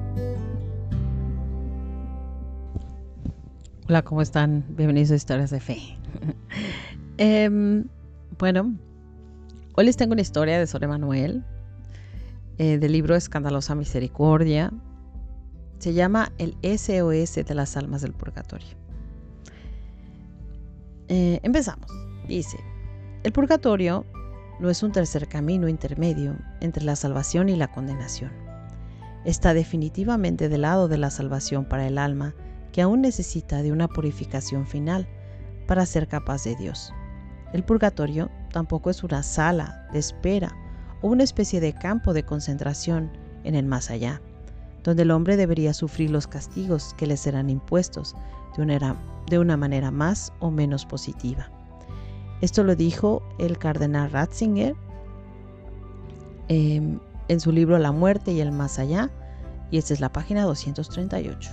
Hola, ¿cómo están? Bienvenidos a Historias de Fe. Bueno, hoy les tengo una historia de Sor Emanuel, del libro Escandalosa Misericordia. Se llama El SOS de las almas del purgatorio. Empezamos. Dice, el purgatorio no es un tercer camino intermedio entre la salvación y la condenación. Está definitivamente del lado de la salvación para el alma que aún necesita de una purificación final para ser capaz de Dios. El purgatorio tampoco es una sala de espera o una especie de campo de concentración en el más allá, donde el hombre debería sufrir los castigos que le serán impuestos de una manera más o menos positiva. Esto lo dijo el cardenal Ratzinger en su libro La muerte y el más allá, y esta es la página 238.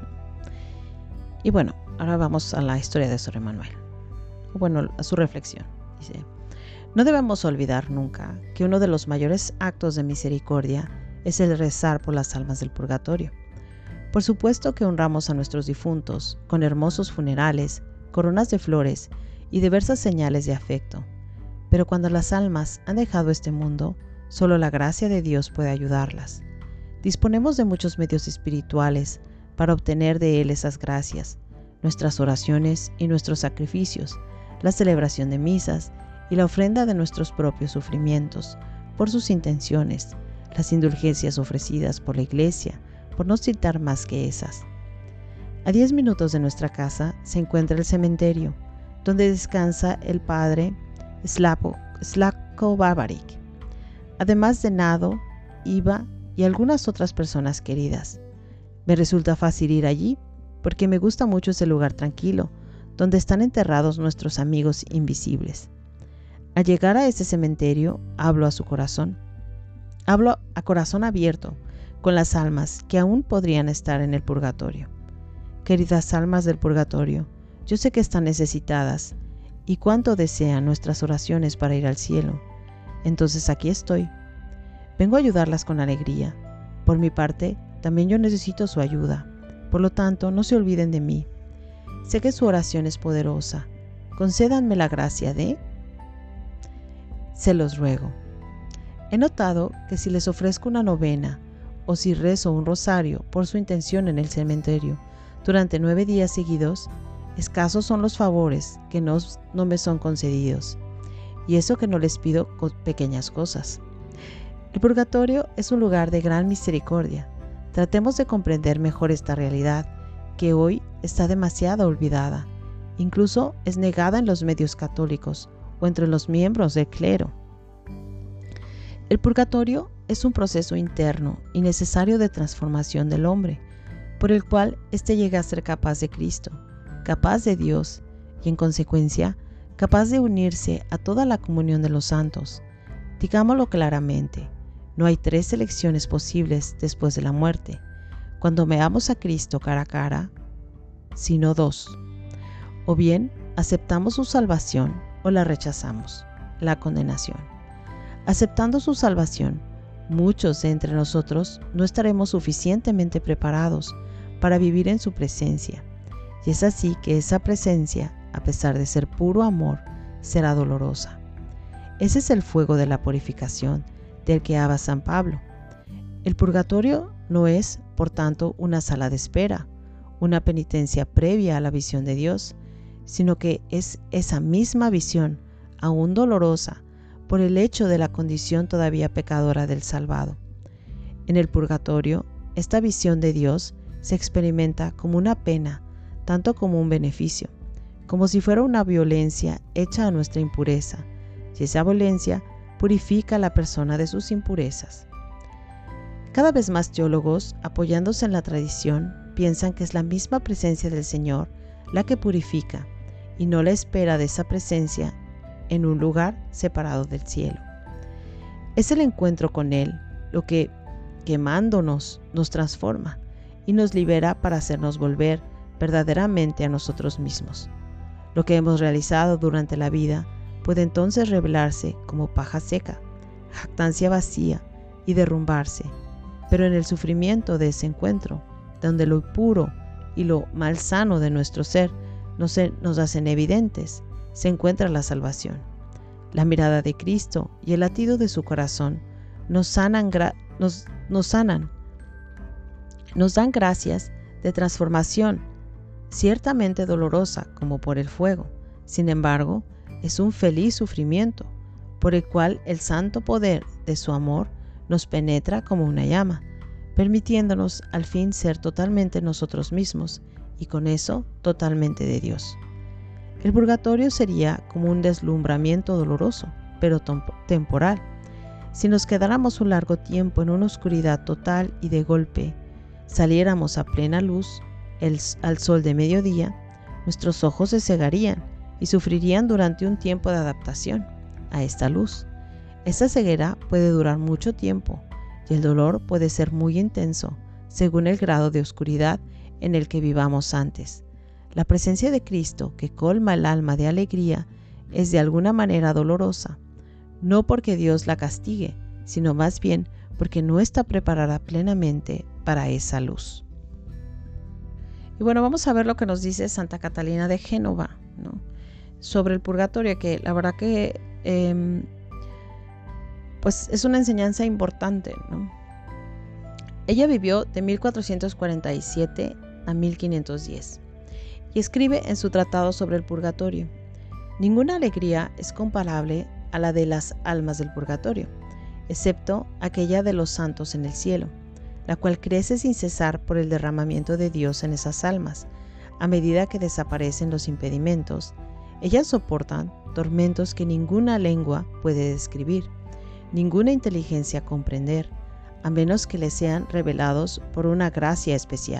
Y bueno, ahora vamos a la historia de Sor Emanuel. Bueno, a su reflexión. Dice, no debemos olvidar nunca que uno de los mayores actos de misericordia es el rezar por las almas del purgatorio. Por supuesto que honramos a nuestros difuntos con hermosos funerales, coronas de flores y diversas señales de afecto. Pero cuando las almas han dejado este mundo, solo la gracia de Dios puede ayudarlas. Disponemos de muchos medios espirituales para obtener de Él esas gracias, nuestras oraciones y nuestros sacrificios, la celebración de misas y la ofrenda de nuestros propios sufrimientos, por sus intenciones, las indulgencias ofrecidas por la Iglesia, por no citar más que esas. A 10 minutos de nuestra casa se encuentra el cementerio, donde descansa el padre Slavko Barbaric, además de Nado, Iva y algunas otras personas queridas. Me resulta fácil ir allí porque me gusta mucho ese lugar tranquilo, donde están enterrados nuestros amigos invisibles. Al llegar a ese cementerio, hablo a su corazón. Hablo a corazón abierto con las almas que aún podrían estar en el purgatorio. Queridas almas del purgatorio, yo sé que están necesitadas y cuánto desean nuestras oraciones para ir al cielo. Entonces aquí estoy. Vengo a ayudarlas con alegría. Por mi parte, también yo necesito su ayuda. Por lo tanto, no se olviden de mí. Sé que su oración es poderosa. Concédanme la gracia de... Se los ruego. He notado que si les ofrezco una novena o si rezo un rosario por su intención en el cementerio durante 9 días seguidos, escasos son los favores que no me son concedidos. Y eso que no les pido pequeñas cosas. El purgatorio es un lugar de gran misericordia. Tratemos de comprender mejor esta realidad, que hoy está demasiado olvidada. Incluso es negada en los medios católicos o entre los miembros del clero. El purgatorio es un proceso interno y necesario de transformación del hombre, por el cual éste llega a ser capaz de Cristo, capaz de Dios y, en consecuencia, capaz de unirse a toda la comunión de los santos. Digámoslo claramente, no hay 3 elecciones posibles después de la muerte, cuando veamos a Cristo cara a cara, sino 2. O bien aceptamos su salvación o la rechazamos, la condenación. Aceptando su salvación, muchos de entre nosotros no estaremos suficientemente preparados para vivir en su presencia. Y es así que esa presencia, a pesar de ser puro amor, será dolorosa. Ese es el fuego de la purificación del que habla San Pablo. El purgatorio no es, por tanto, una sala de espera, una penitencia previa a la visión de Dios, sino que es esa misma visión, aún dolorosa, por el hecho de la condición todavía pecadora del salvado. En el purgatorio, esta visión de Dios se experimenta como una pena, tanto como un beneficio, como si fuera una violencia hecha a nuestra impureza, y esa violencia purifica a la persona de sus impurezas. Cada vez más teólogos, apoyándose en la tradición, piensan que es la misma presencia del Señor la que purifica, y no la espera de esa presencia en un lugar separado del cielo. Es el encuentro con Él lo que, quemándonos, nos transforma y nos libera para hacernos volver verdaderamente a nosotros mismos. Lo que hemos realizado durante la vida puede entonces revelarse como paja seca, jactancia vacía y derrumbarse. pero en el sufrimiento de ese encuentro, donde lo puro y lo malsano de nuestro ser nos hacen evidentes, se encuentra la salvación. La mirada de Cristo y el latido de su corazón nos dan gracias de transformación, ciertamente dolorosa como por el fuego. Sin embargo, es un feliz sufrimiento, por el cual el santo poder de su amor nos penetra como una llama, permitiéndonos al fin ser totalmente nosotros mismos y con eso totalmente de Dios. El purgatorio sería como un deslumbramiento doloroso, pero temporal. Si nos quedáramos un largo tiempo en una oscuridad total y de golpe saliéramos a plena luz, al sol de mediodía, nuestros ojos se cegarían y sufrirían durante un tiempo de adaptación a esta luz. Esta ceguera puede durar mucho tiempo y el dolor puede ser muy intenso según el grado de oscuridad en el que vivamos antes. La presencia de Cristo, que colma el alma de alegría, es de alguna manera dolorosa, no porque Dios la castigue, sino más bien porque no está preparada plenamente para esa luz. Y bueno, vamos a ver lo que nos dice Santa Catalina de Génova, ¿no?, sobre el purgatorio, que la verdad que pues es una enseñanza importante, ¿no? Ella vivió de 1447 a 1510 y escribe en su tratado sobre el purgatorio: ninguna alegría es comparable a la de las almas del purgatorio, excepto aquella de los santos en el cielo, la cual crece sin cesar por el derramamiento de Dios en esas almas. A medida que desaparecen los impedimentos, ellas soportan tormentos que ninguna lengua puede describir, ninguna inteligencia comprender, a menos que les sean revelados por una gracia especial.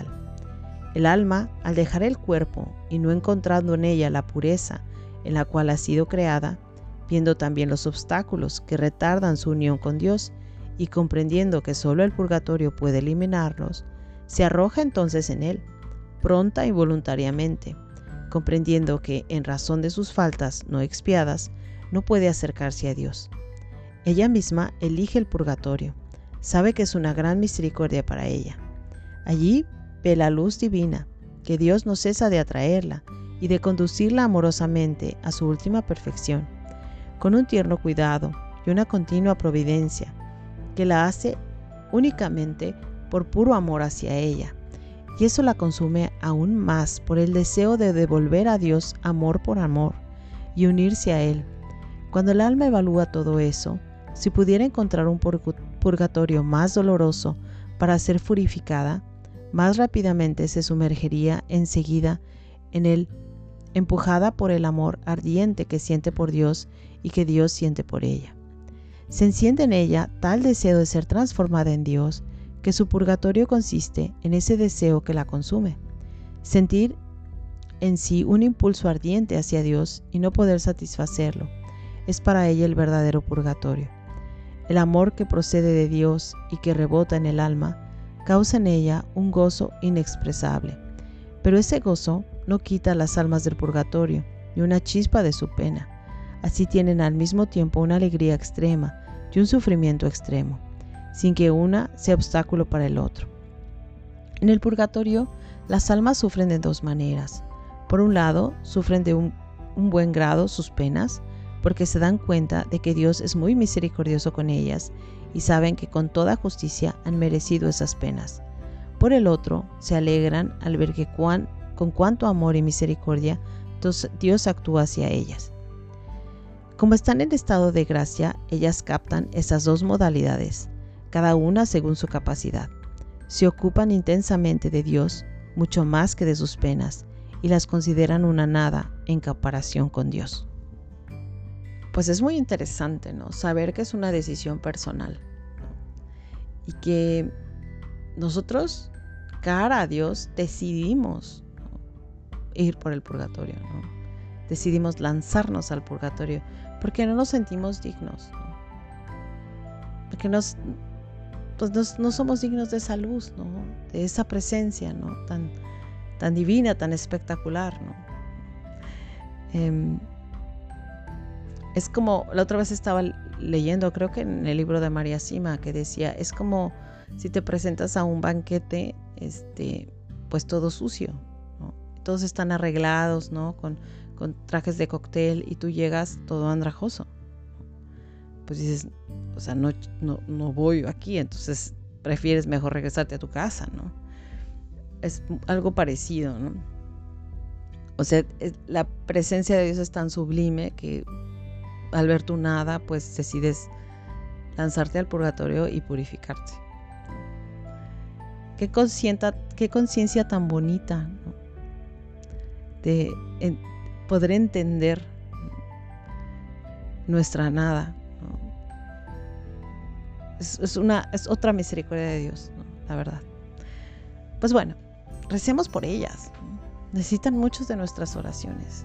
El alma, al dejar el cuerpo y no encontrando en ella la pureza en la cual ha sido creada, viendo también los obstáculos que retardan su unión con Dios y comprendiendo que solo el purgatorio puede eliminarlos, se arroja entonces en él, pronta y voluntariamente, comprendiendo que, en razón de sus faltas no expiadas, no puede acercarse a Dios. Ella misma elige el purgatorio, sabe que es una gran misericordia para ella. Allí ve la luz divina, que Dios no cesa de atraerla y de conducirla amorosamente a su última perfección, con un tierno cuidado y una continua providencia, que la hace únicamente por puro amor hacia ella, y eso la consume aún más por el deseo de devolver a Dios amor por amor y unirse a Él. Cuando el alma evalúa todo eso, si pudiera encontrar un purgatorio más doloroso para ser purificada, más rápidamente se sumergiría enseguida en él, empujada por el amor ardiente que siente por Dios y que Dios siente por ella. Se enciende en ella tal deseo de ser transformada en Dios, que su purgatorio consiste en ese deseo que la consume. Sentir en sí un impulso ardiente hacia Dios y no poder satisfacerlo, es para ella el verdadero purgatorio. El amor que procede de Dios y que rebota en el alma, causa en ella un gozo inexpresable. Pero ese gozo no quita a las almas del purgatorio ni una chispa de su pena. Así tienen al mismo tiempo una alegría extrema y un sufrimiento extremo, sin que una sea obstáculo para el otro. En el purgatorio, las almas sufren de dos maneras. Por un lado, sufren de un buen grado sus penas, porque se dan cuenta de que Dios es muy misericordioso con ellas y saben que con toda justicia han merecido esas penas. Por el otro, se alegran al ver que con cuánto amor y misericordia Dios actúa hacia ellas. Como están en estado de gracia, ellas captan esas dos modalidades, cada una según su capacidad. Se ocupan intensamente de Dios, mucho más que de sus penas, y las consideran una nada en comparación con Dios. Pues es muy interesante, ¿no?, saber que es una decisión personal, ¿no?, y que nosotros, cara a Dios, decidimos, ¿no?, ir por el purgatorio, ¿no? Decidimos lanzarnos al purgatorio porque no nos sentimos dignos, ¿no? Porque no somos dignos de esa luz, ¿no?, de esa presencia, ¿no?, tan divina, tan espectacular, ¿no? Es como, la otra vez estaba leyendo, creo que en el libro de María Sima, que decía, es como si te presentas a un banquete, pues todo sucio, ¿no? Todos están arreglados, ¿no? Con trajes de cóctel y tú llegas todo andrajoso. Pues dices, o sea, no voy aquí, entonces prefieres mejor regresarte a tu casa, ¿no? Es algo parecido, ¿no? O sea, la presencia de Dios es tan sublime que al ver tu nada, pues decides lanzarte al purgatorio y purificarte. Qué conciencia tan bonita, ¿no? De poder entender nuestra nada, ¿no? Es otra misericordia de Dios, ¿no? La verdad. Pues bueno, recemos por ellas, ¿no? Necesitan muchos de nuestras oraciones.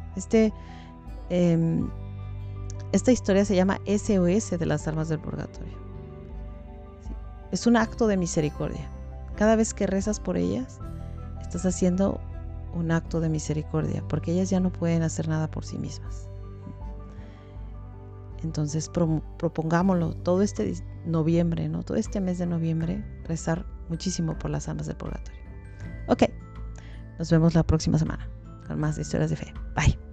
Esta historia se llama SOS de las almas del purgatorio. ¿Sí? Es un acto de misericordia. Cada vez que rezas por ellas, estás haciendo un acto de misericordia, porque ellas ya no pueden hacer nada por sí mismas. Entonces propongámoslo todo este noviembre, ¿no? Todo este mes de noviembre, rezar muchísimo por las almas del purgatorio. Ok, nos vemos la próxima semana con más historias de fe. Bye.